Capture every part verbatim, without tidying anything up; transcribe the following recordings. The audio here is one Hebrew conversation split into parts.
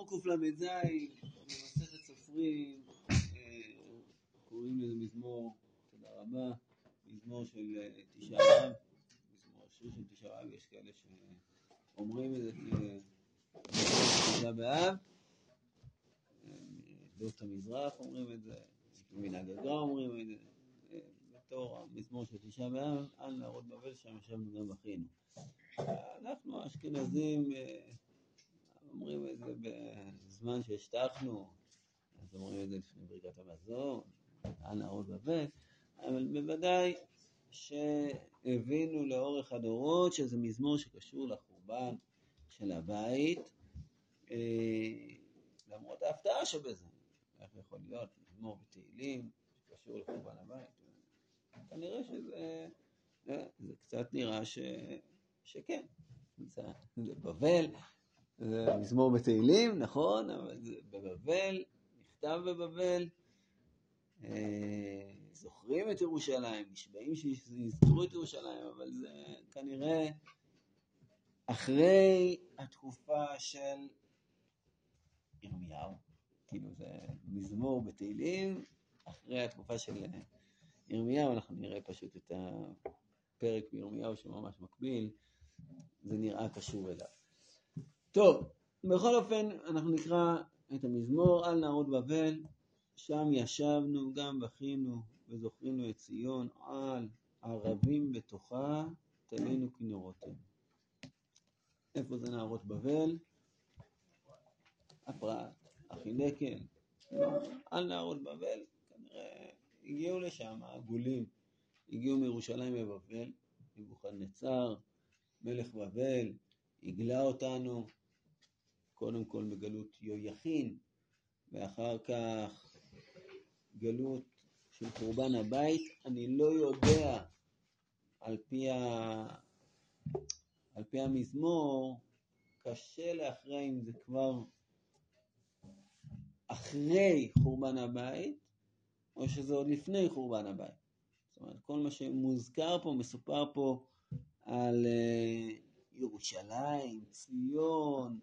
מזמור קל"ז, במסכת סופרים, קוראים לזה מזמור, תודה רבה, מזמור של תשעה באב, מזמור השיר של תשעה באב, יש כאלה שאומרים את זה כתשעה באב, דות המזרח אומרים את זה, מנהג הגר"א אומרים את זה, בתור המזמור של תשעה באב, על נהרות בבל שם ישבנו גם בכינו. אנחנו האשכנזים אומרים את זה בזמן שהשתחנו, אז אומרים את זה לפני ברכת המזון, על נהרות בבל, אבל בוודאי שהבינו לאורך הדורות שזה מזמור שקשור לחורבן של הבית, למרות ההפתעה שבזה. איך יכול להיות מזמור בתהילים שקשור לחורבן הבית? כנראה שזה זה קצת נראה ש, שכן, זה, זה בבל, זה מזמור בתהילים, נכון, אבל זה בבבל, נכתב בבבל, אה, זוכרים את ירושלים, נשבעים שיזכרו את ירושלים, אבל זה כנראה אחרי התקופה של ירמיהו, כאילו זה מזמור בתהילים, אחרי התקופה של ירמיהו, אנחנו נראה פשוט את הפרק בירמיהו שממש מקביל, זה נראה קשור אליו. טוב, בכל אופן אנחנו נקרא את המזמור על נהרות בבל, שם ישבנו גם בכינו וזוכרינו את ציון, על ערבים בתוכה תלינו כנרותינו. איפה זה נהרות בבל? הפרט, החינקל, על נהרות בבל, כנראה הגיעו לשם, העגולים, הגיעו מירושלים לבבל, נבוכדנצר, מלך בבל, הגלה אותנו, קודם כל בגלות יהויכין, ואחר כך גלות של חורבן הבית. אני לא יודע על פי, ה... על פי המזמור, קשה להכריע אם זה כבר אחרי חורבן הבית, או שזה עוד לפני חורבן הבית. זאת אומרת, כל מה שמוזכר פה, מסופר פה על ירושלים, ציון,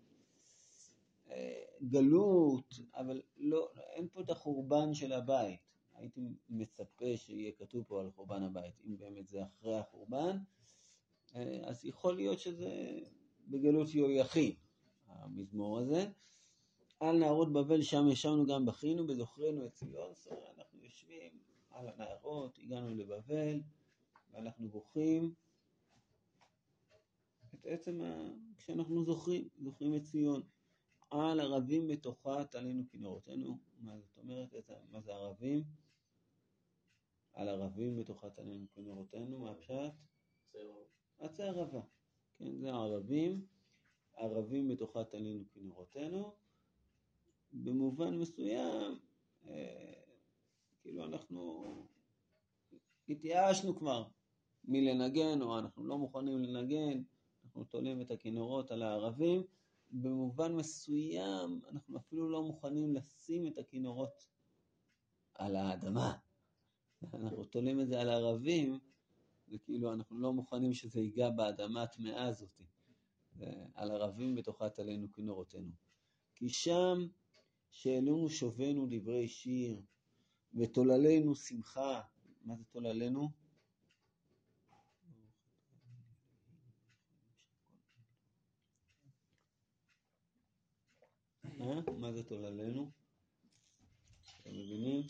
גלות, אבל לא, אין פה את החורבן של הבית. הייתי מצפה שיהיה כתוב פה על חורבן הבית. אם באמת זה אחרי החורבן, אז יכול להיות שזה בגלות יהויכין, המזמור הזה. על נהרות בבל שם ישבנו גם בכינו וזוכרינו את ציון. זאת אומרת, אנחנו יושבים על הנהרות, הגענו לבבל, ואנחנו בוכים את עצם ה... כשאנחנו זוכרים, זוכרים את ציון. על ערבים בתוכה תלינו כנרותינו. מה זאת אומרת? מה זה ערבים? על ערבים בתוכה תלינו כנרותינו. מה הפשט? עצי ערבה. כן, זה ערבים. ערבים בתוכה תלינו כנרותינו. במובן מסוים, אה, כאילו אנחנו התייאשנו כבר מלנגן, או אנחנו לא מוכנים לנגן, אנחנו תולים את הכינורות על הערבים. במובן מסוים אנחנו אפילו לא מוכנים לשים את הכינורות על האדמה. אנחנו תולים את זה על הערבים, וכאילו אנחנו לא מוכנים שזה ייגע באדמה הטמאה הזאת. על ערבים בתוכה תלינו כינורותינו. כי שם שאלונו שובנו דברי שיר, ותוללנו שמחה. מה זה תוללנו? אה? מה זה תוללנו? אתם מבינים?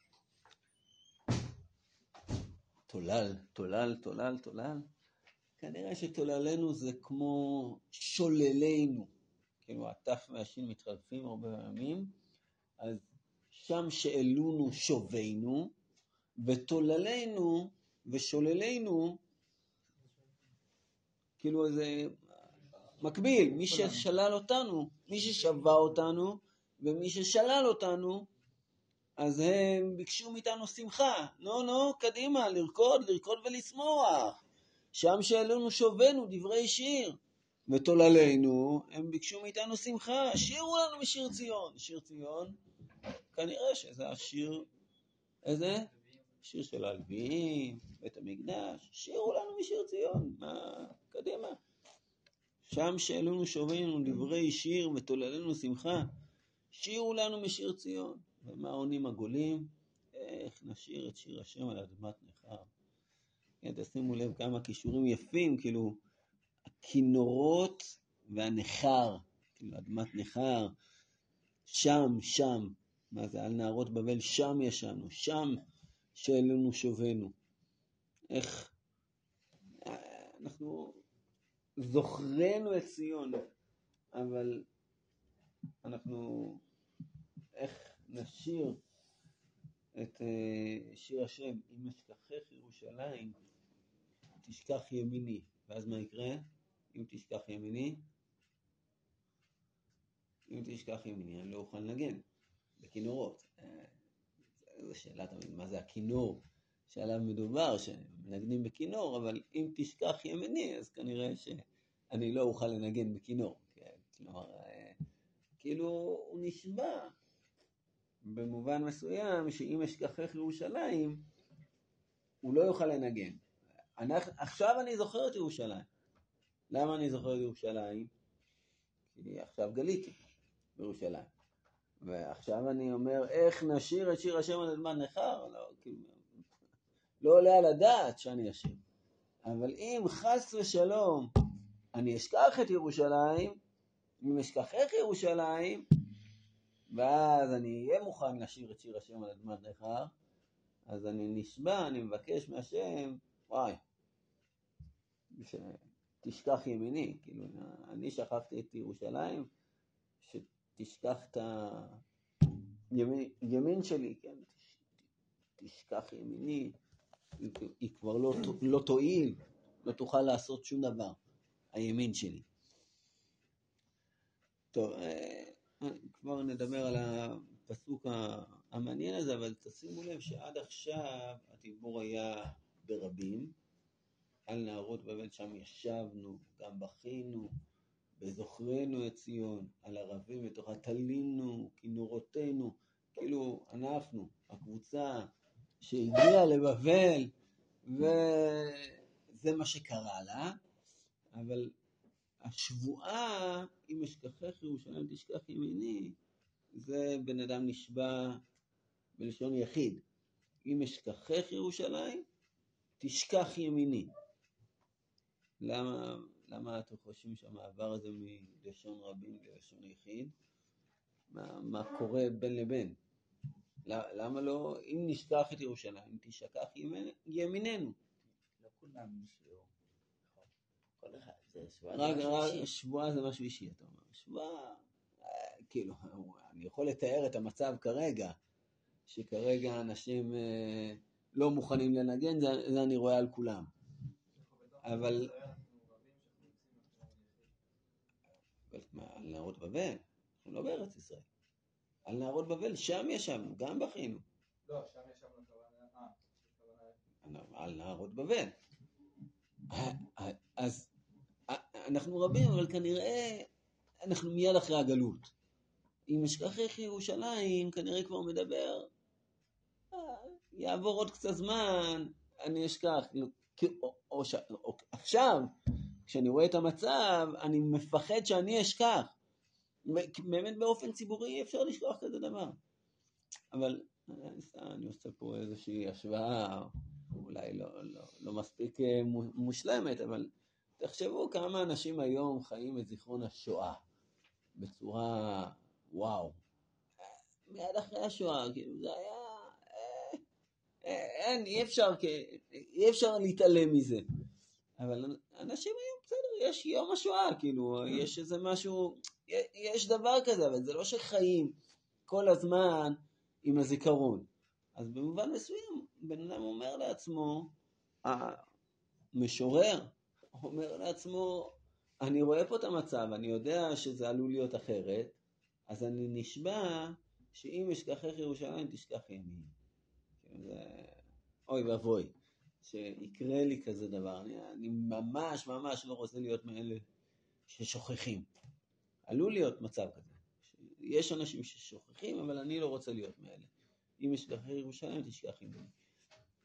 תולל, תולל, תולל, תולל. כנראה שתוללנו זה כמו שוללנו. כאילו התף והשין מתחלפים הרבה פעמים. אז שם שאלונו שובנו, ותוללנו ושוללנו, כאילו זה מקביל, מי ששלל אותנו, מי ששווה אותנו, ומי ששלל אותנו, אז הם ביקשו מאיתנו שמחה. נו, נו, קדימה, לרקוד, לרקוד ולשמוח. שם שאלונו שובנו דברי שיר, ותוללנו, הם ביקשו מאיתנו שמחה. שירו לנו משיר ציון. שיר ציון, כנראה שזה השיר, איזה? שיר של הלוויים, בית המקדש. שירו לנו משיר ציון. מה? קדימה. שם שאלונו שובנו דברי שיר ותוללנו שמחה, שירו לנו משיר ציון. ומה העונים הגולים? איך נשיר את שיר השם על אדמת נכר. כן, תשימו לב כמה קישורים יפים, כאילו הכינורות והנחר, כאילו אדמת נכר, שם, שם, מה זה, על נהרות בבל, שם ישנו, שם שאלונו שובנו. איך אנחנו זוכרנו את ציון, אבל אנחנו, איך נשיר את שיר השם, אם אשכחך ירושלים, תשכח ימיני. ואז מה יקרה? אם תשכח ימיני, אם תשכח ימיני, אני לא אוכל לנגן בכינורות. זו שאלה תמיד, מה זה הכינור שעליו מדובר, שמנגנים בכינור, אבל אם תשכח ימיני, אז כנראה שאני לא אוכל לנגן בכינור. כלומר, כאילו הוא נשבע במובן מסוים, שאם אשכחך ירושלים, הוא לא יוכל לנגן. אנחנו, עכשיו אני זוכר את ירושלים. למה אני זוכר את ירושלים? כי עכשיו גליתי בירושלים. ועכשיו אני אומר, איך נשיר את שיר השם על אדמת נכר? לא, כאילו, לא עולה על הדעת שאני אשיר. אבל אם חס ושלום אני אשכח את ירושלים, אם אשכחך ירושלים, ואז אני אהיה מוכן לשיר את שיר השם על אדמת נכר, אז אני נשבע, אני מבקש מהשם, וואי, שתשכח ימיני, כאילו, אני שכחתי את ירושלים, שתשכח את הימין, ימין שלי, כן, תשכח ימיני, היא, היא כבר לא, לא תועיל, לא תוכל לעשות שום דבר, הימין שלי. טוב, כבר נדבר על הפסוק המעניין הזה, אבל תשימו לב שעד עכשיו הדיבור היה ברבים, על נהרות בבל, שם ישבנו, גם בכינו, בזוכרנו את ציון, על ערבים בתוכה תלינו, כינורותינו, כאילו אנחנו, הקבוצה שהגיעה לבבל, וזה מה שקרה לה, אבל השבועה, אם אשכחך ירושלים תשכח ימיני, זה בן אדם נשבע בלשון יחיד. אם אשכחך ירושלים, תשכח ימיני. למה, למה אתם חושבים שהמעבר הזה מלשון רבים ללשון יחיד? מה, מה קורה בין לבין? למה לא, אם נשכח את ירושלים, תשכח ימיננו? לא כולם נשארו. כל אחד, זה שבועה. רק, רק שבועה זה משהו אישי, אתה אומר. שבועה, כאילו, אני יכול לתאר את המצב כרגע, שכרגע אנשים לא מוכנים לנגן, זה, זה אני רואה על כולם. אבל... על נהרות בבל, אנחנו לא בארץ ישראל. על נהרות בבל, שם ישבנו, גם בכינו. לא, שם ישבנו כוונה. על נהרות בבל. אז אנחנו רבים, אבל כנראה אנחנו מיד אחרי הגלות. אם אשכחך ירושלים, כנראה כבר מדבר, יעבור עוד קצת זמן, אני אשכח. או, או, או, עכשיו, כשאני רואה את המצב, אני מפחד שאני אשכח. באמת באופן ציבורי אי אפשר לשכוח כזה דבר. אבל אני עושה פה איזושהי השוואה, אולי לא, לא, לא מספיק מושלמת, אבל תחשבו כמה אנשים היום חיים את זיכרון השואה בצורה וואו. מיד אחרי השואה, כאילו זה היה... אין, אי אפשר, אי אפשר להתעלם מזה. אבל אנשים היום, בסדר, יש יום השואה, כאילו, יש איזה משהו, יש דבר כזה, אבל זה לא שחיים כל הזמן עם הזיכרון. אז במובן מסוים, בן אדם אומר לעצמו, המשורר אומר לעצמו, אני רואה פה את המצב, אני יודע שזה עלול להיות אחרת, אז אני נשבע שאם אשכחך ירושלים תשכח ימין. זה... אוי ואבוי, שיקרה לי כזה דבר. אני, אני ממש ממש לא רוצה להיות מאלה ששוכחים. עלול להיות מצב כזה. יש אנשים ששוכחים, אבל אני לא רוצה להיות מאלה. אם אשכחך ירושלים תשכח ימין.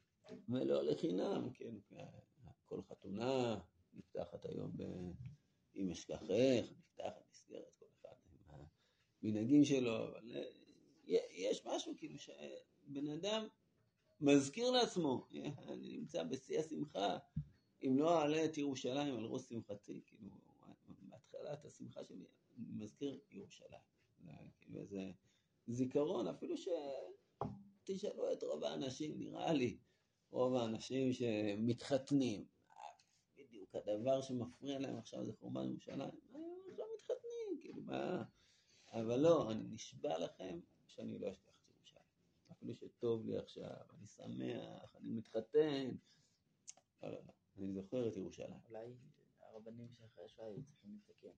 ולא לחינם, כן, כל חתונה נפתחת היום אם אשכחך, נפתח, נסגרת, כל אחד עם המנהגים שלו, אבל יש משהו כאילו שבן אדם מזכיר לעצמו, אני נמצא בשיא השמחה, אם לא אעלה את ירושלים על ראש שמחתי, כאילו, בהתחלת השמחה שלי, אני מזכיר ירושלים. כאילו, זה זיכרון, אפילו שתשאלו את רוב האנשים, נראה לי, רוב האנשים שמתחתנים, בדיוק הדבר שמפריע להם עכשיו זה חורבן ירושלים, לא מתחתנים, כאילו, מה... אבל לא, אני נשבע לכם שאני לא אשכח את ירושלים. אפילו שטוב לי עכשיו, אני שמח, אני מתחתן, לא, לא, לא. אני זוכר את ירושלים. אולי הרבנים שאחרי השואה היו צריכים לתקן.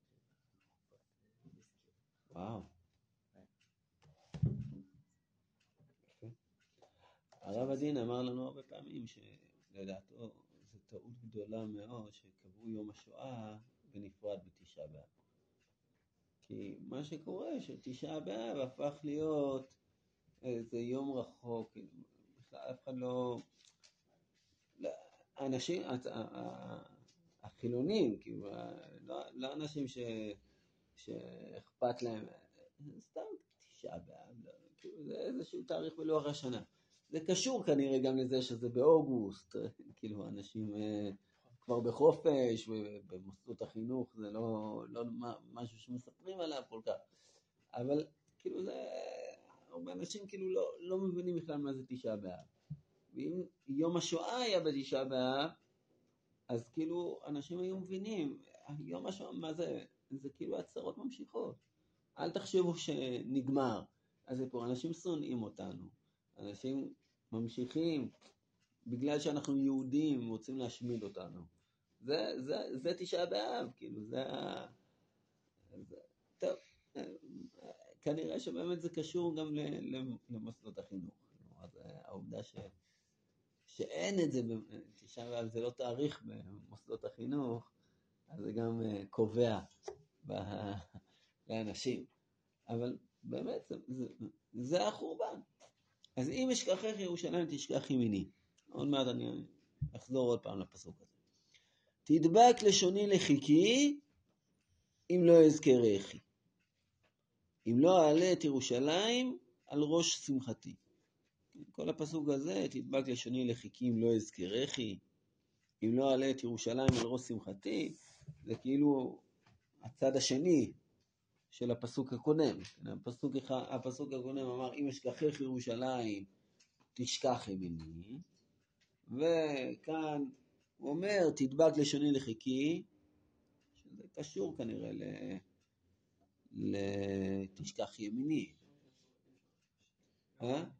וואו. הרב הדין אמר לנו הרבה פעמים שלדעתו זו טעות גדולה מאוד שקבעו יום השואה בנפרד בתשעה באב. כי מה שקורה שתשעה באב הפך להיות איזה יום רחוק, בכלל אף אחד לא... האנשים, החילונים, כאילו, לא, לא אנשים ש, שאכפת להם, סתם תשעה באב, כאילו, זה איזשהו תאריך בלוח השנה. זה קשור כנראה גם לזה שזה באוגוסט, כאילו, אנשים כבר בחופש, ובמוסדות החינוך, זה לא, לא משהו שמספרים עליו כל כך. אבל, כאילו, זה, הרבה אנשים כאילו לא, לא מבינים בכלל מה זה תשעה באב. ואם יום השואה היה בתשעה באב, אז כאילו אנשים היו מבינים, יום השואה, מה זה? זה כאילו הצרות ממשיכות. אל תחשבו שנגמר. אז פה אנשים שונאים אותנו. אנשים ממשיכים, בגלל שאנחנו יהודים, רוצים להשמיד אותנו. זה, זה, זה תשעה באב, כאילו, זה... זה טוב, כנראה שבאמת זה קשור גם למוסדות החינוך. אז העובדה ש... שאין את זה, תשעה באב זה לא תאריך במוסדות החינוך, אז זה גם קובע ב- לאנשים. אבל באמת, זה, זה, זה החורבן. אז אם אשכחך ירושלים תשכח ימיני. עוד מעט אני אחזור עוד פעם לפסוק הזה. תדבק לשוני לחיקי, אם לא אזכרכי. אם לא אעלה את ירושלים על ראש שמחתי. כל הפסוק הזה, תדבק לשוני לחיקי אם לא אזכרכי, אם לא אעלה את ירושלים על ראש שמחתי, זה כאילו הצד השני של הפסוק הקודם. הפסוק, הפסוק הקודם אמר, אם אשכחך ירושלים, תשכח ימיני, וכאן הוא אומר, תדבק לשוני לחיקי, שזה קשור כנראה ל... לתשכח ימיני. אה?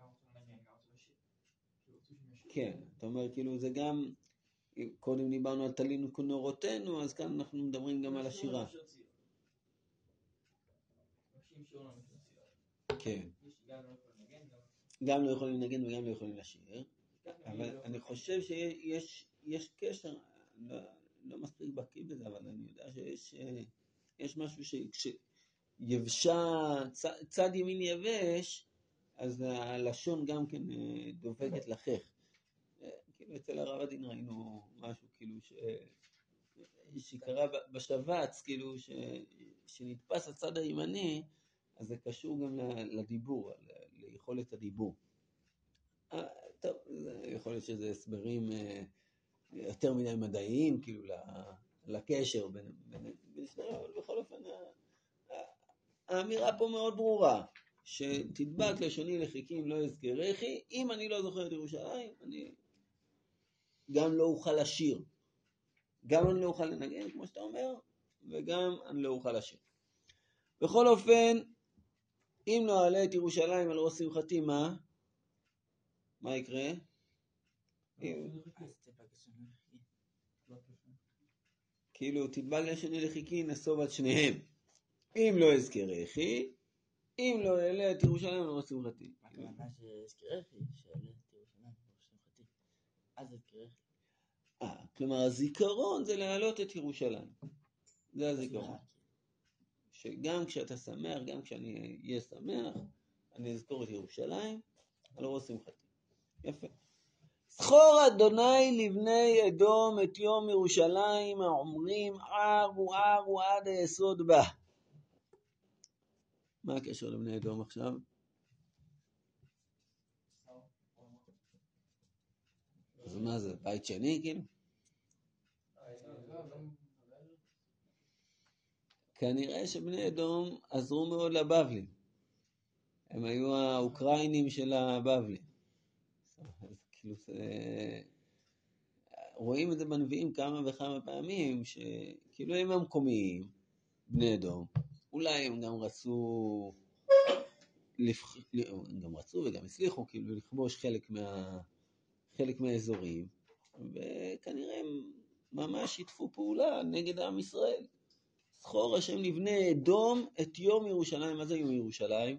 כן, אתה אומר כאילו זה גם, קודם דיברנו על תלינו כנורותינו, אז כאן אנחנו מדברים גם על השירה. כן. גם לא יכולים לנגן וגם לא יכולים לשיר, אבל אני חושב שיש יש קשר, לא, לא מספיק בקיא בזה, אבל אני יודע שיש יש משהו שיבשה, צד ימין יבש, אז הלשון גם כן דופקת לחך. כאילו אצל הרב הדין ראינו משהו כאילו ש... שקרה בשבץ, כאילו ש... שנתפס הצד הימני, אז זה קשור גם לדיבור, ליכולת הדיבור. טוב, יכול להיות שזה הסברים יותר מדי מדעיים, כאילו לקשר בין, בין, בין שניים, אבל בכל אופן האמירה פה מאוד ברורה, שתדבק לשוני לחיקי אם לא אזכרכי, אם אני לא זוכר את ירושלים, אני גם לא אוכל לשיר, גם אני לא אוכל לנגן, כמו שאתה אומר, וגם אני לא אוכל לשיר. בכל אופן, אם לא אעלה את ירושלים על ראש שמחתי, מה? מה יקרה? כאילו, תדבק לשוני לחיקי, נסוב על שניהם. אם לא אזכרכי, אם לא אעלה את ירושלים על ראש שמחתי. מה הכוונה שאזכרכי? שאעלה את ירושלים על ראש שמחתי. אז אזכרכי. אה, כלומר, הזיכרון זה להעלות את ירושלים. זה הזיכרון. שגם כשאתה שמח, גם כשאני אהיה שמח, אני אזכור את ירושלים על ראש שמחתי. יפה. זכור אדוני לבני אדום את יום ירושלים האומרים ערו ערו עד היסוד בה. מה הקשר לבני אדום עכשיו? אז מה זה, בית שני כאילו? כנראה שבני אדום עזרו מאוד לבבלים. הם היו האוקראינים של הבבלים. כאילו, רואים את זה בנביאים כמה וכמה פעמים, שכאילו הם המקומיים, בני אדום. אולי הם גם רצו, לפח... גם רצו וגם הצליחו כאילו לכבוש חלק מה... חלק מהאזורים, וכנראה הם ממש שיתפו פעולה נגד עם ישראל. זכור השם לבני אדום את יום ירושלים. מה זה יום ירושלים?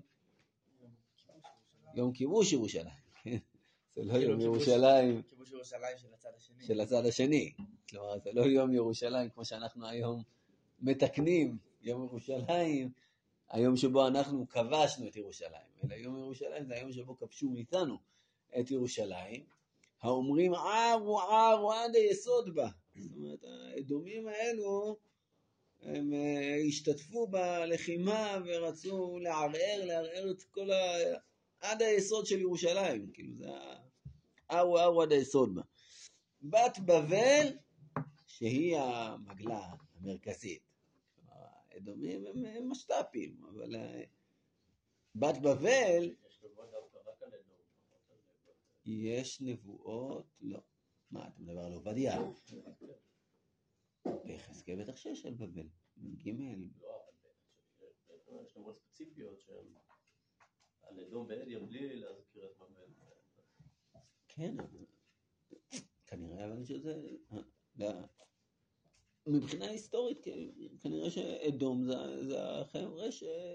יום כיבוש ירושלים. זה לא יום ירושלים. כיבוש ירושלים של הצד השני. של הצד השני. כלומר, זה לא יום ירושלים כמו שאנחנו היום מתקנים. יום ירושלים, היום שבו אנחנו כבשנו את ירושלים. אלא יום ירושלים זה היום שבו כבשו מאיתנו את ירושלים. האומרים ערו ערו עד היסוד בה. זאת אומרת, האדומים האלו, הם השתתפו בלחימה ורצו לערער, לערער את כל ה... עד היסוד של ירושלים. כאילו זה ערו ערו עד היסוד בה. בת בבל, שהיא המגלה המרכזית. האדומים הם, הם משת"פים, אבל בת בבל... יש נבואות? לא. מה, אתה מדבר על עובדיה? ביחזקאל בטח שיש על בבל. ג' לא, אבל יש נבואות ספציפיות שהן על אדום ועדיה בלי להזכיר את בבל. כן, כנראה אבל שזה... מבחינה היסטורית, כנראה שאדום זה החבר'ה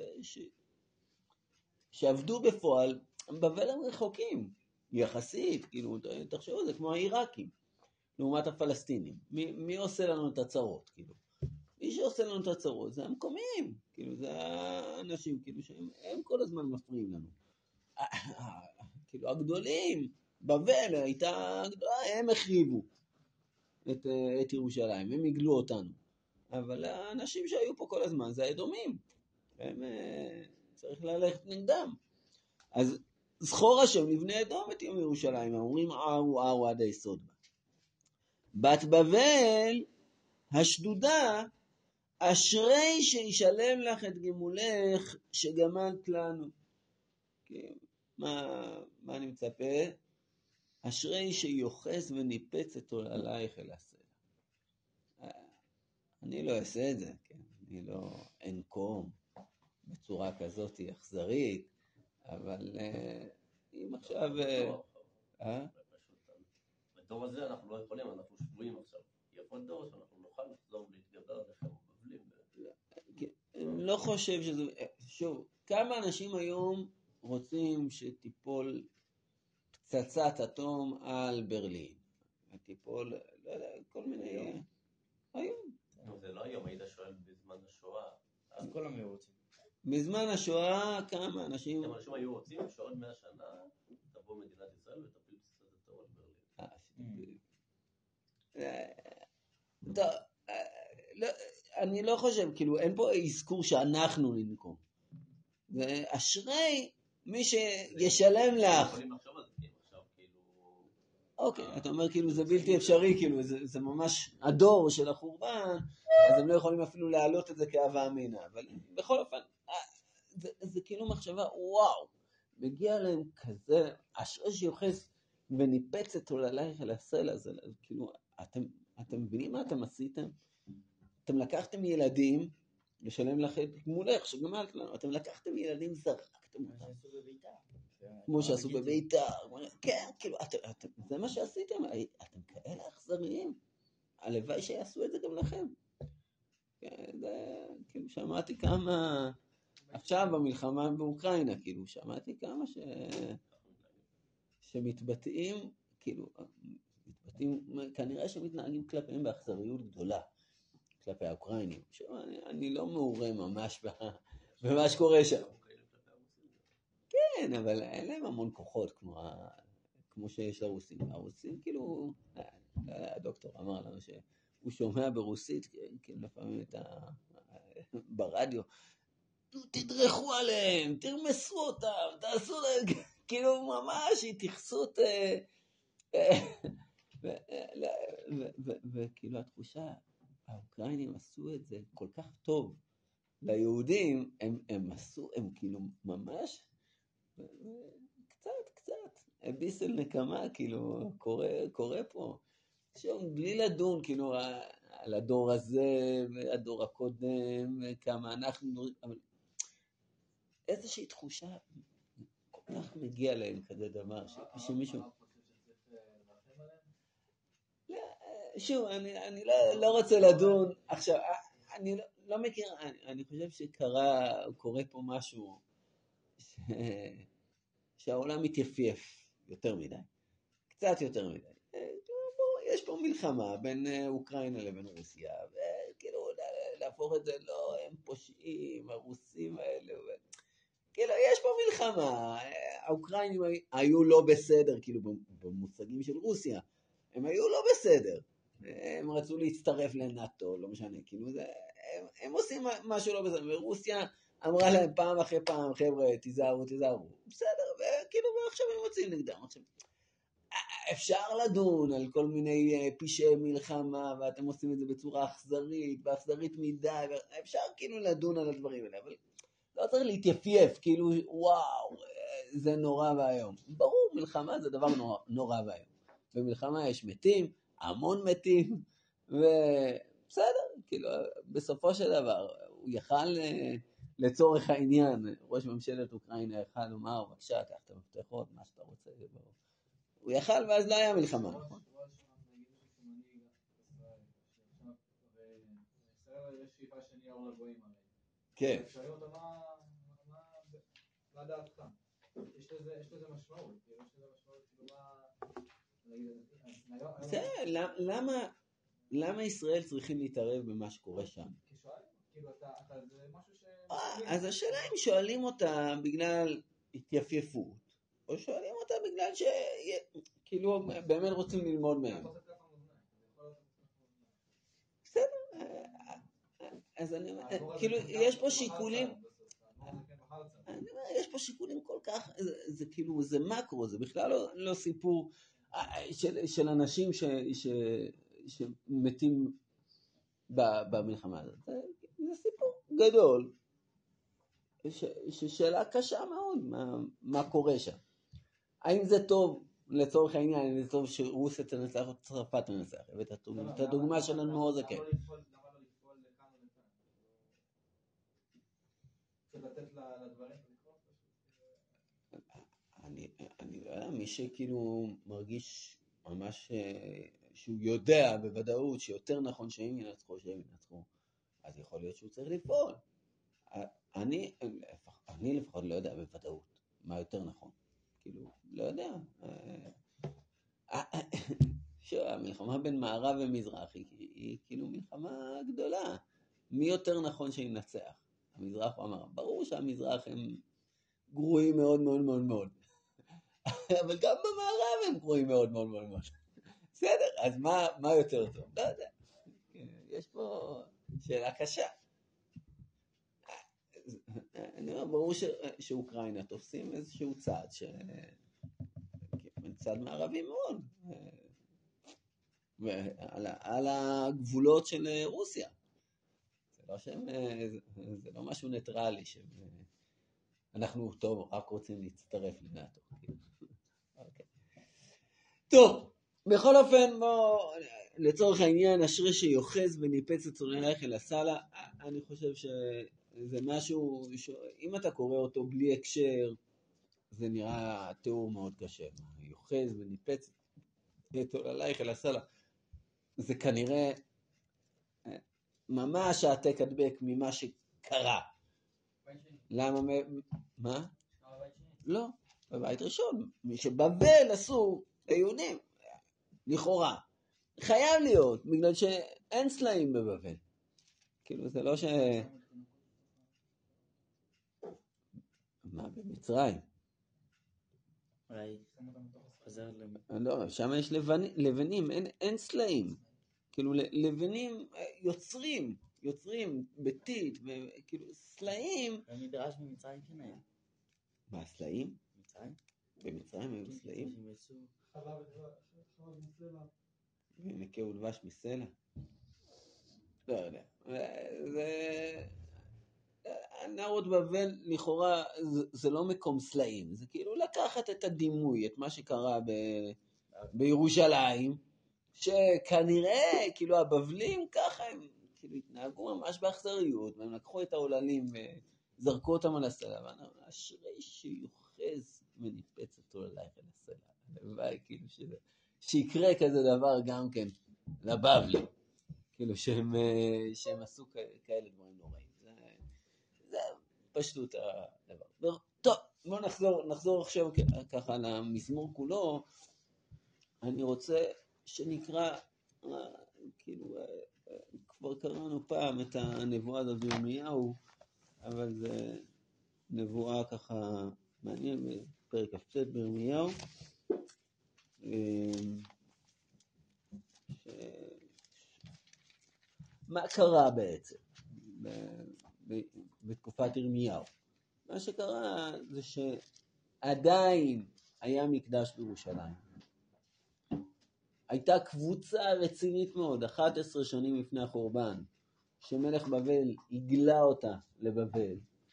שעבדו בפועל, בבל הם רחוקים. יחסית, כאילו, תחשבו, זה כמו העיראקים, לעומת הפלסטינים. מי, מי עושה לנו את הצרות, כאילו? מי שעושה לנו את הצרות זה המקומיים, כאילו, זה האנשים, כאילו, שהם הם כל הזמן מפריעים לנו. כאילו, הגדולים, בבל הייתה גדולה, הם החריבו את, את ירושלים, הם הגלו אותנו. אבל האנשים שהיו פה כל הזמן זה האדומים, הם צריך ללכת נגדם. אז זכור השם לבני אדום את יום ירושלים, אומרים ערו ערו עד היסוד בה. בת בבל השדודה, אשרי שישלם לך את גמולך שגמלת לנו. מה, מה אני מצפה? אשרי שיוחס וניפץ את עוללייך אל הסלע. אני לא אעשה את זה, כן? אני לא אנקום בצורה כזאת אכזרית, אבל אם עכשיו... בדור הזה אנחנו לא יכולים, אנחנו שבועים עכשיו. יבוא דור שאנחנו נוכל לחזור להתגבר עליכם ובבלים. אני לא חושב שזה... שוב, כמה אנשים היום רוצים שתיפול פצצת אטום על ברלין? תיפול, לא יודע, כל מיני... היום. זה לא היום, היית שואל בזמן השואה. אז כל המי רוצים. בזמן השואה כמה אנשים... כמה אנשים היו רוצים שעוד מאה שנה תבוא מדינת ישראל ותפיל פצצת אטום על ברלין. טוב, אני לא חושב, כאילו אין פה אזכור שאנחנו ננקום. ואשרי מי שישלם לך. יכולים לחשוב על זה, כי עכשיו כאילו... אוקיי, אתה אומר כאילו זה בלתי אפשרי, כאילו זה ממש הדור של החורבן, אז הם לא יכולים אפילו להעלות את זה כאהבה אמינה. אבל בכל אופן, זה כאילו מחשבה, וואו, מגיע להם כזה, אשרי שיוחס וניפץ את עוללייך אל הסלע, זה כאילו, אתם... אתם מבינים מה אתם עשיתם? אתם לקחתם ילדים, לשלם לך את גמולך, שגמלת לנו, אתם לקחתם ילדים, זרקתם אותם. כמו שעשו בביתר. כן, כאילו, זה מה שעשיתם, אתם כאלה אכזריים. הלוואי שיעשו את זה גם לכם. כאילו, שמעתי כמה, עכשיו במלחמה באוקראינה, כאילו, שמעתי כמה ש... שמתבטאים, כאילו, כנראה שמתנהגים כלפיהם באכזריות גדולה, כלפי האוקראינים. אני, אני לא מעורה ממש במה שקורה שם. כן, אבל אין להם המון כוחות כמו, כמו שיש לרוסים. הרוסים כאילו, הדוקטור אמר לנו שהוא שומע ברוסית, כאילו לפעמים את ה... ברדיו, תדרכו עליהם, תרמסו אותם, תעשו להם, כאילו ממש התייחסות, וכאילו התחושה, האוקראינים עשו את זה כל כך טוב ליהודים, הם, הם עשו, הם כאילו ממש, קצת, קצת, ביסל נקמה, כאילו, קורה, קורה פה, שום, בלי לדון, כאילו, על הדור הזה, והדור הקודם, וכמה אנחנו, אבל איזושהי תחושה, כל כך מגיע להם כזה דבר, שמישהו... שוב, אני, אני לא, לא רוצה לדון, עכשיו, אני לא, לא מכיר, אני, אני חושב שקרה, קורה פה משהו, ש, שהעולם מתייפייף יותר מדי, קצת יותר מדי. יש פה מלחמה בין אוקראינה לבין רוסיה, וכאילו להפוך את זה, לא, הם פושעים, הרוסים האלה, כאילו, יש פה מלחמה, האוקראינים היו לא בסדר, כאילו, במושגים של רוסיה, הם היו לא בסדר, הם רצו להצטרף לנאטו, לא משנה, כאילו, זה, הם, הם עושים משהו לא בסדר, ורוסיה אמרה להם פעם אחרי פעם, חבר'ה, תיזהרו, תיזהרו, בסדר, וכאילו, ועכשיו הם מוצאים נגדם, עכשיו, אפשר לדון על כל מיני פשעי מלחמה, ואתם עושים את זה בצורה אכזרית, ואכזרית מדי, אפשר כאילו לדון על הדברים האלה, אבל לא צריך להתייפייף, כאילו, וואו, זה נורא והיום. ברור, מלחמה זה דבר נורא, נורא והיום. במלחמה יש מתים, המון מתים, ובסדר, כאילו, בסופו של דבר, הוא יכל לצורך העניין, ראש ממשלת אוקראינה יכל לומר, בבקשה, קח את המפתחות, מה שאתה רוצה, הוא יכל ואז לא היה מלחמה, נכון? יש שאיפה שנהיה אור לגויים עליהם. כן. שואלים אותו מה דעתך? יש לזה משמעות, יש לזה משמעות, כאילו מה... זה, למה, למה ישראל צריכים להתערב במה שקורה שם? כי שואלים, כאילו אתה, זה משהו ש... אז השאלה אם שואלים אותה בגלל התייפייפות, או שואלים אותה בגלל שכאילו באמת רוצים ללמוד מהם. בסדר, אז אני אומר, כאילו יש פה שיקולים, אני אומר, יש פה שיקולים כל כך, זה כאילו, זה מקרו, זה בכלל לא סיפור של אנשים שמתים במלחמה הזאת, זה סיפור גדול, ששאלה קשה מאוד, מה קורה שם. האם זה טוב, לצורך העניין, האם זה טוב שרוסיה תנצח או צרפת תנצח? הבאת את הדוגמה שלנו, זה כן. למה לא לפעול לכאן או לכאן? לתת לדברים אני לא יודע, מי שכאילו מרגיש ממש שהוא יודע בוודאות שיותר נכון שהם ינצחו, שהם ינצחו, אז יכול להיות שהוא צריך לפעול. אני, אני לפחות לא יודע בוודאות מה יותר נכון. כאילו, לא יודע. שהמלחמה בין מערב ומזרח היא, היא כאילו מלחמה גדולה. מי יותר נכון שינצח? המזרח הוא אמר, ברור שהמזרח הם גרועים מאוד מאוד מאוד מאוד. אבל גם במערב הם גרועים מאוד מאוד מאוד מאוד. בסדר, אז מה, מה יותר טוב? לא יודע. יש פה שאלה קשה. אני אומר, ברור ש... שאוקראינה תופסים איזשהו צד, ש... צד מערבי מאוד, ועל על הגבולות של רוסיה. זה לא שהם, זה לא משהו ניטרלי, שאנחנו טוב, רק רוצים להצטרף לנאטו. אוקיי. טוב, בכל אופן, בוא, לצורך העניין, אשרי שיוחז וניפץ את צונאייך אל הסלע, אני חושב ש... זה משהו, ש... אם אתה קורא אותו בלי הקשר, זה נראה תיאור מאוד קשה. יוחז וניפץ את עוללייך אל הסלע. זה כנראה ממש העתק הדבק ממה שקרה. למה? מה? לא, בבית ראשון. מי שבבל עשו ליהודים, לכאורה. חייב להיות, בגלל שאין סלעים בבבל. כאילו זה לא ש... מה, במצרים? אולי שם אותם בתוך הסרט. חוזר ל... לא, שם יש לבנים, לבנים, אין, אין סלעים. כאילו לבנים יוצרים, יוצרים ביתית, וכאילו סלעים. במדרש ממצרים כן היה. מה, סלעים? מצרים? במצרים היו סלעים? שהם יצאו... חלב מסלע. נקה ודבש מסלע? לא יודע. זה... נהרות בבל לכאורה זה, זה לא מקום סלעים, זה כאילו לקחת את הדימוי, את מה שקרה ב, בירושלים, שכנראה כאילו הבבלים ככה הם כאילו התנהגו ממש באכזריות, והם לקחו את העוללים וזרקו אותם על הסלע, ואשרי שיוחז וניפץ אותו עלייך על הסלע, הלוואי כאילו שזה, שיקרה כזה דבר גם כן לבבלים, כאילו שהם, שהם עשו כאלה דברים נוראים. זה פשטות הדבר. טוב, בואו נחזור, נחזור עכשיו ככה למזמור כולו. אני רוצה שנקרא, כאילו, כבר קראנו פעם את הנבואה הזאת בירמיהו, אבל זה נבואה ככה מעניין, בפרק כ"ט בירמיהו. ש... מה קרה בעצם? ב... בתקופת ירמיהו. מה שקרה זה שעדיין היה מקדש בירושלים. הייתה קבוצה רצינית מאוד, אחת עשרה שנים לפני החורבן, שמלך בבל הגלה אותה לבבל,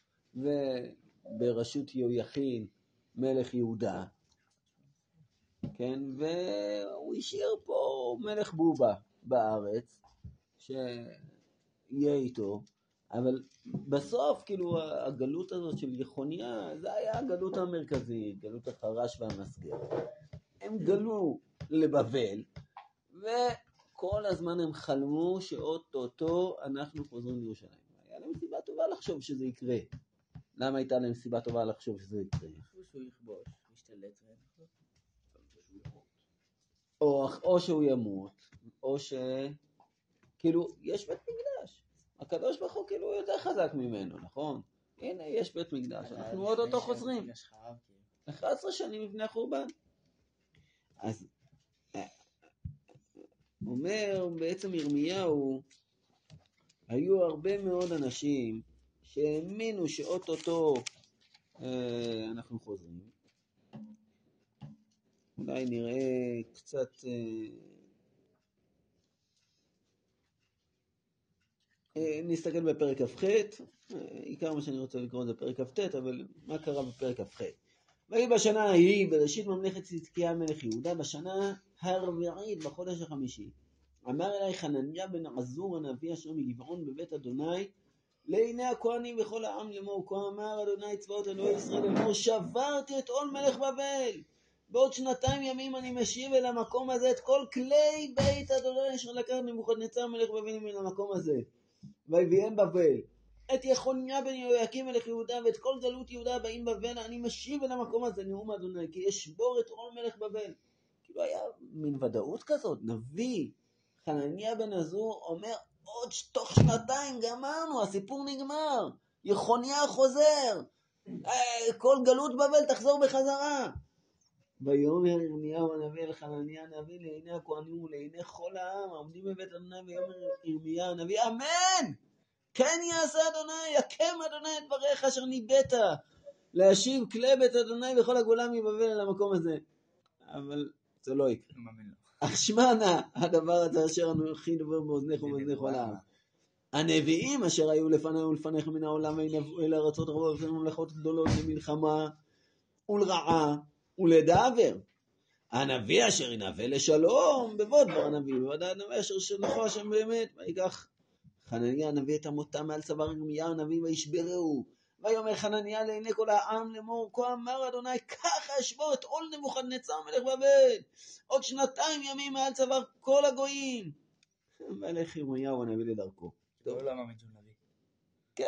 ובראשות יהויכין מלך יהודה, כן, והוא השאיר פה מלך בובה בארץ, שיהיה איתו, אבל בסוף, כאילו, הגלות הזאת של יחוניה, זה היה הגלות המרכזית, גלות החרש והמסגר. הם גלו לבבל, וכל הזמן הם חלמו שאו-טו-טו אנחנו חוזרים לירושלים. היה להם סיבה טובה לחשוב שזה יקרה. למה הייתה להם סיבה טובה לחשוב שזה יקרה? איפה שהוא יכבוש, משתלט ואין. או, או שהוא ימות, או ש... כאילו, יש בית מקדש. הקדוש ברוך הוא כאילו יותר חזק ממנו, נכון? הנה, יש בית מקדש, אנחנו עוד אותו חוזרים. אחת עשרה שנים לפני החורבן. אז אומר בעצם ירמיהו, היו הרבה מאוד אנשים שהאמינו שאו-טו-טו אה, אנחנו חוזרים. אולי נראה קצת... אה, נסתכל בפרק כ"ח, עיקר מה שאני רוצה לקרוא זה פרק כ"ט, אבל מה קרה בפרק כ"ח? ויהי בשנה ההיא, בראשית ממלכת צדקיה מלך יהודה, בשנה הרביעית בחודש החמישי, אמר אליי חנניה בן עזור הנביא אשר מגבעון בבית אדוני, לעיני הכהנים וכל העם לאמור, כה אמר אדוני צבאות אלוהי ישראל לאמור, שברתי את עול מלך בבל, בעוד שנתיים ימים אני משיב אל המקום הזה את כל כלי בית אדוני אשר לקח נבוכדנצר מלך בבל מן המקום הזה. ויביאם בבל את יחוניה בן יהויקים מלך יהודה ואת כל גלות יהודה הבאים בבל, אני משיב אל המקום הזה נאום אדוני, כי ישבור את עול מלך בבל. כאילו היה מין ודאות כזאת, נביא חנניה בן עזור אומר עוד תוך שנתיים גמרנו, הסיפור נגמר, יחוניה חוזר, כל גלות בבל תחזור בחזרה. ויאמר ירמיהו הנביא אל חנניה הנביא לעיני הכהנים ולעיני כל העם העומדים בבית אדוני, ויאמר ירמיה הנביא אמן, כן יעשה אדוני, יקם אדוני את דבריך אשר ניבאת להשיב כלי בית אדוני וכל הגולה מבבל אל המקום הזה. אבל זה לא יקרה. אשמע נא הדבר הזה אשר אנוכי דובר באוזניך ובאוזני כל העם. הנביאים אשר היו לפני ולפניך מן העולם וינבאו אל ארצות רבות וממלכות גדולות למלחמה ולרעה ולדבר. הנביא אשר ינבא לשלום בבוא דבר הנביא, ובוודאי הנביא אשר שלחו השם באמת. ויקח חנניה הנביא את המותה מעל צוואר ירמיה הנביא וישברהו. ויאמר חנניה לעיני כל העם לאמור, כה אמר אדוני ככה אשבור את עול נבוכדנצר מלך בבל עוד שנתיים ימים מעל צוואר כל הגויים. וילך ירמיהו הנביא לדרכו. הוא לא מאמין שהוא נביא. כן.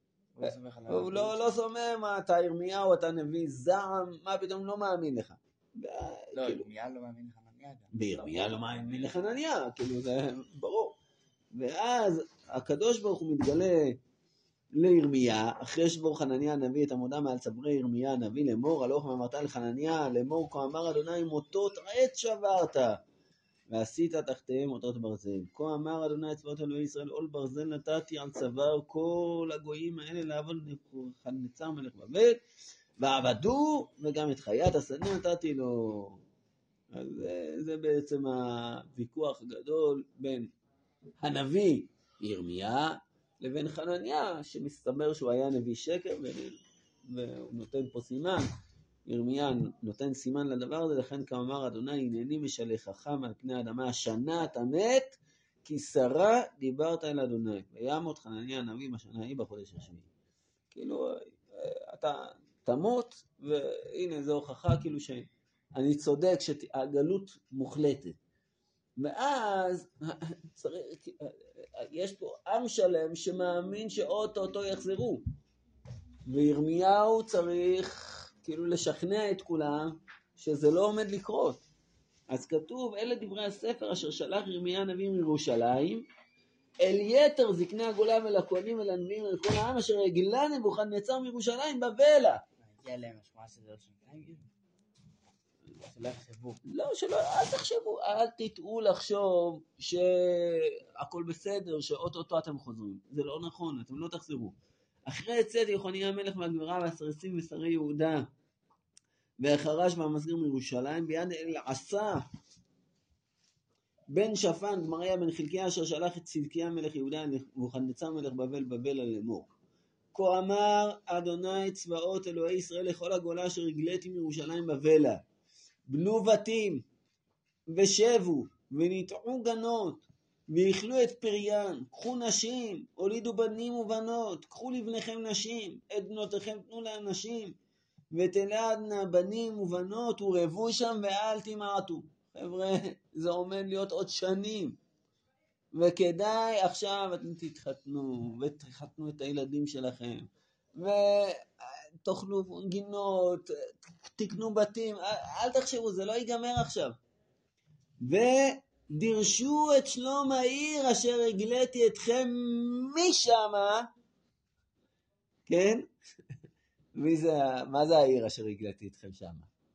הוא לא סומך מה אתה ירמיהו, אתה נביא זעם, מה פתאום לא מאמין לך. לא, ירמיה לא מאמין לחנניה גם. בירמיה לא מאמין לחנניה, כאילו זה ברור. ואז הקדוש ברוך הוא מתגלה לירמיה, אחרי שבור חנניה הנביא את עמודה מעל צברי ירמיה הנביא לאמור, הלוך ואמרת לחנניה לאמור, כה אמר אדוני מוטות עץ שברת, ועשית תחתיהם אותות ברזל. כה אמר אדוני צבאות אלוהי ישראל, עול ברזל נתתי על צוואר כל הגויים האלה לעבוד נבוכדנצר מלך בבל, ועבדו, וגם את חיית השדה נתתי לו. אז זה, זה בעצם הוויכוח הגדול בין הנביא ירמיה לבין חנניה, שמסתבר שהוא היה נביא שקר, והוא נותן פה סימן. ירמיה נותן סימן לדבר הזה, לכן כאמר אדוני, הנני משלחך מעל פני האדמה, השנה אתה מת, כי שרה דיברת אל אדוני. וימות חנניה הנביא בשנה ההיא בחודש השביעי. כאילו, אתה תמות, והנה זו הוכחה כאילו שאני צודק, שהגלות מוחלטת. ואז צריך, יש פה עם שלם שמאמין שאו-טו-טו יחזרו. וירמיהו צריך כאילו לשכנע את כולם שזה לא עומד לקרות. אז כתוב, אלה דברי הספר אשר שלח ירמיה הנביא מירושלים, אל יתר זקני הגולה ולכהנים ולנביאים ולכל העם אשר הגלה נבוכדנצר מירושלים בבלה. הגיע להם השמעה שזה עוד שנתיים? שלא יחשבו. לא, שלא, אל תחשבו, אל תטעו לחשוב שהכל בסדר, שאו-טו-טו אתם חוזרים. זה לא נכון, אתם לא תחזרו. אחרי יצאת יחוניה המלך מהגבירה והסרסים ושרי יהודה והחרש והמסגיר מירושלים, ביד אלעשה בן שפן גמריה בן חלקיה אשר שלח את צדקיה מלך יהודה נבוכדנצר מלך בבל בבל לאמור, כה אמר אדוני צבאות אלוהי ישראל לכל הגולה אשר הגליתי מירושלים בבלה, בנו בתים ושבו וניטעו גנות ויאכלו את פריין, קחו נשים, הולידו בנים ובנות, קחו לבניכם נשים, את בנותיכם תנו להם נשים, ותלדנה בנים ובנות ורבו שם ואל תמעטו. חבר'ה, זה עומד להיות עוד שנים, וכדאי עכשיו אתם תתחתנו, ותחתנו את הילדים שלכם, ותאכלו גינות, תקנו בתים, אל תחשבו, זה לא ייגמר עכשיו. ודרשו את שלום העיר אשר הגליתי אתכם משם, כן? מי זה, מה זה העיר אשר הגליתי אתכם שם?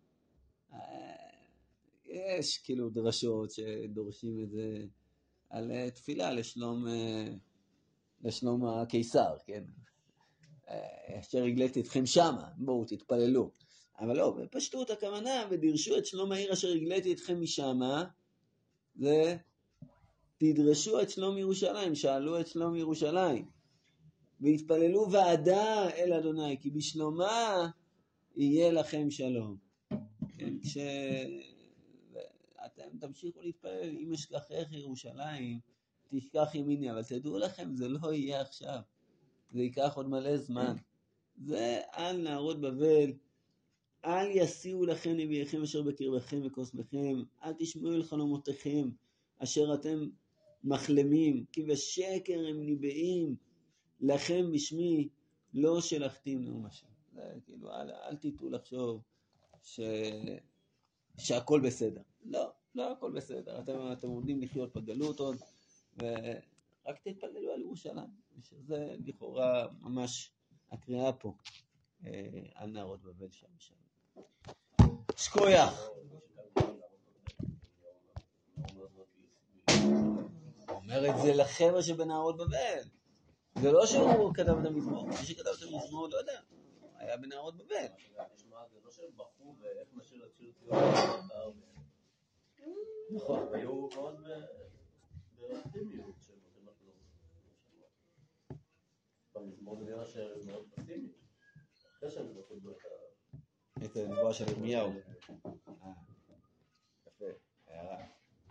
יש כאילו דרשות שדורשים את זה על תפילה לשלום, לשלום הקיסר, כן? אשר הגליתי אתכם שם, בואו תתפללו. אבל לא, בפשטות הכוונה, ודרשו את שלום העיר אשר הגליתי אתכם משם, זה תדרשו את שלום ירושלים, שאלו את שלום ירושלים, והתפללו ועדה אל אדוני, כי בשלומה יהיה לכם שלום. כן, כש... אתם תמשיכו להתפלל, אם אשכחך ירושלים, תשכח ימיני, אבל תדעו לכם, זה לא יהיה עכשיו. זה ייקח עוד מלא זמן. זה על נהרות בבל, אל יסיעו לכם נביאיכם אשר בקרבכם וכוסמכם, אל תשמעו אל חלומותיכם אשר אתם מחלמים, כי בשקר הם ניבאים לכם בשמי, לא שלחתים נאום השם. זה כאילו, אל, אל תיתו לחשוב ש... שהכל בסדר. לא, לא הכל בסדר. אתם, אתם עומדים לחיות בגלות עוד, ורק תתפללו על ירושלים. שזה לכאורה ממש הקריאה פה, על נהרות בבל שם שם. שקוייך. אומר את זה לחבר'ה שבנהרות בבל. זה לא שהוא כתב את המזמור. מי שכתב את המזמור לא יודע. היה בנהרות בבל. זה לא שהם בחרו ואיך נשאיר את שיר ציון. נכון. היו מאוד באופטימיות שהם נותנים לך לא. במזמור זה נראה שהם מאוד פסימיים. אחרי שהם לא קיבלו את ה... את הנבואה של ירמיהו. יפה.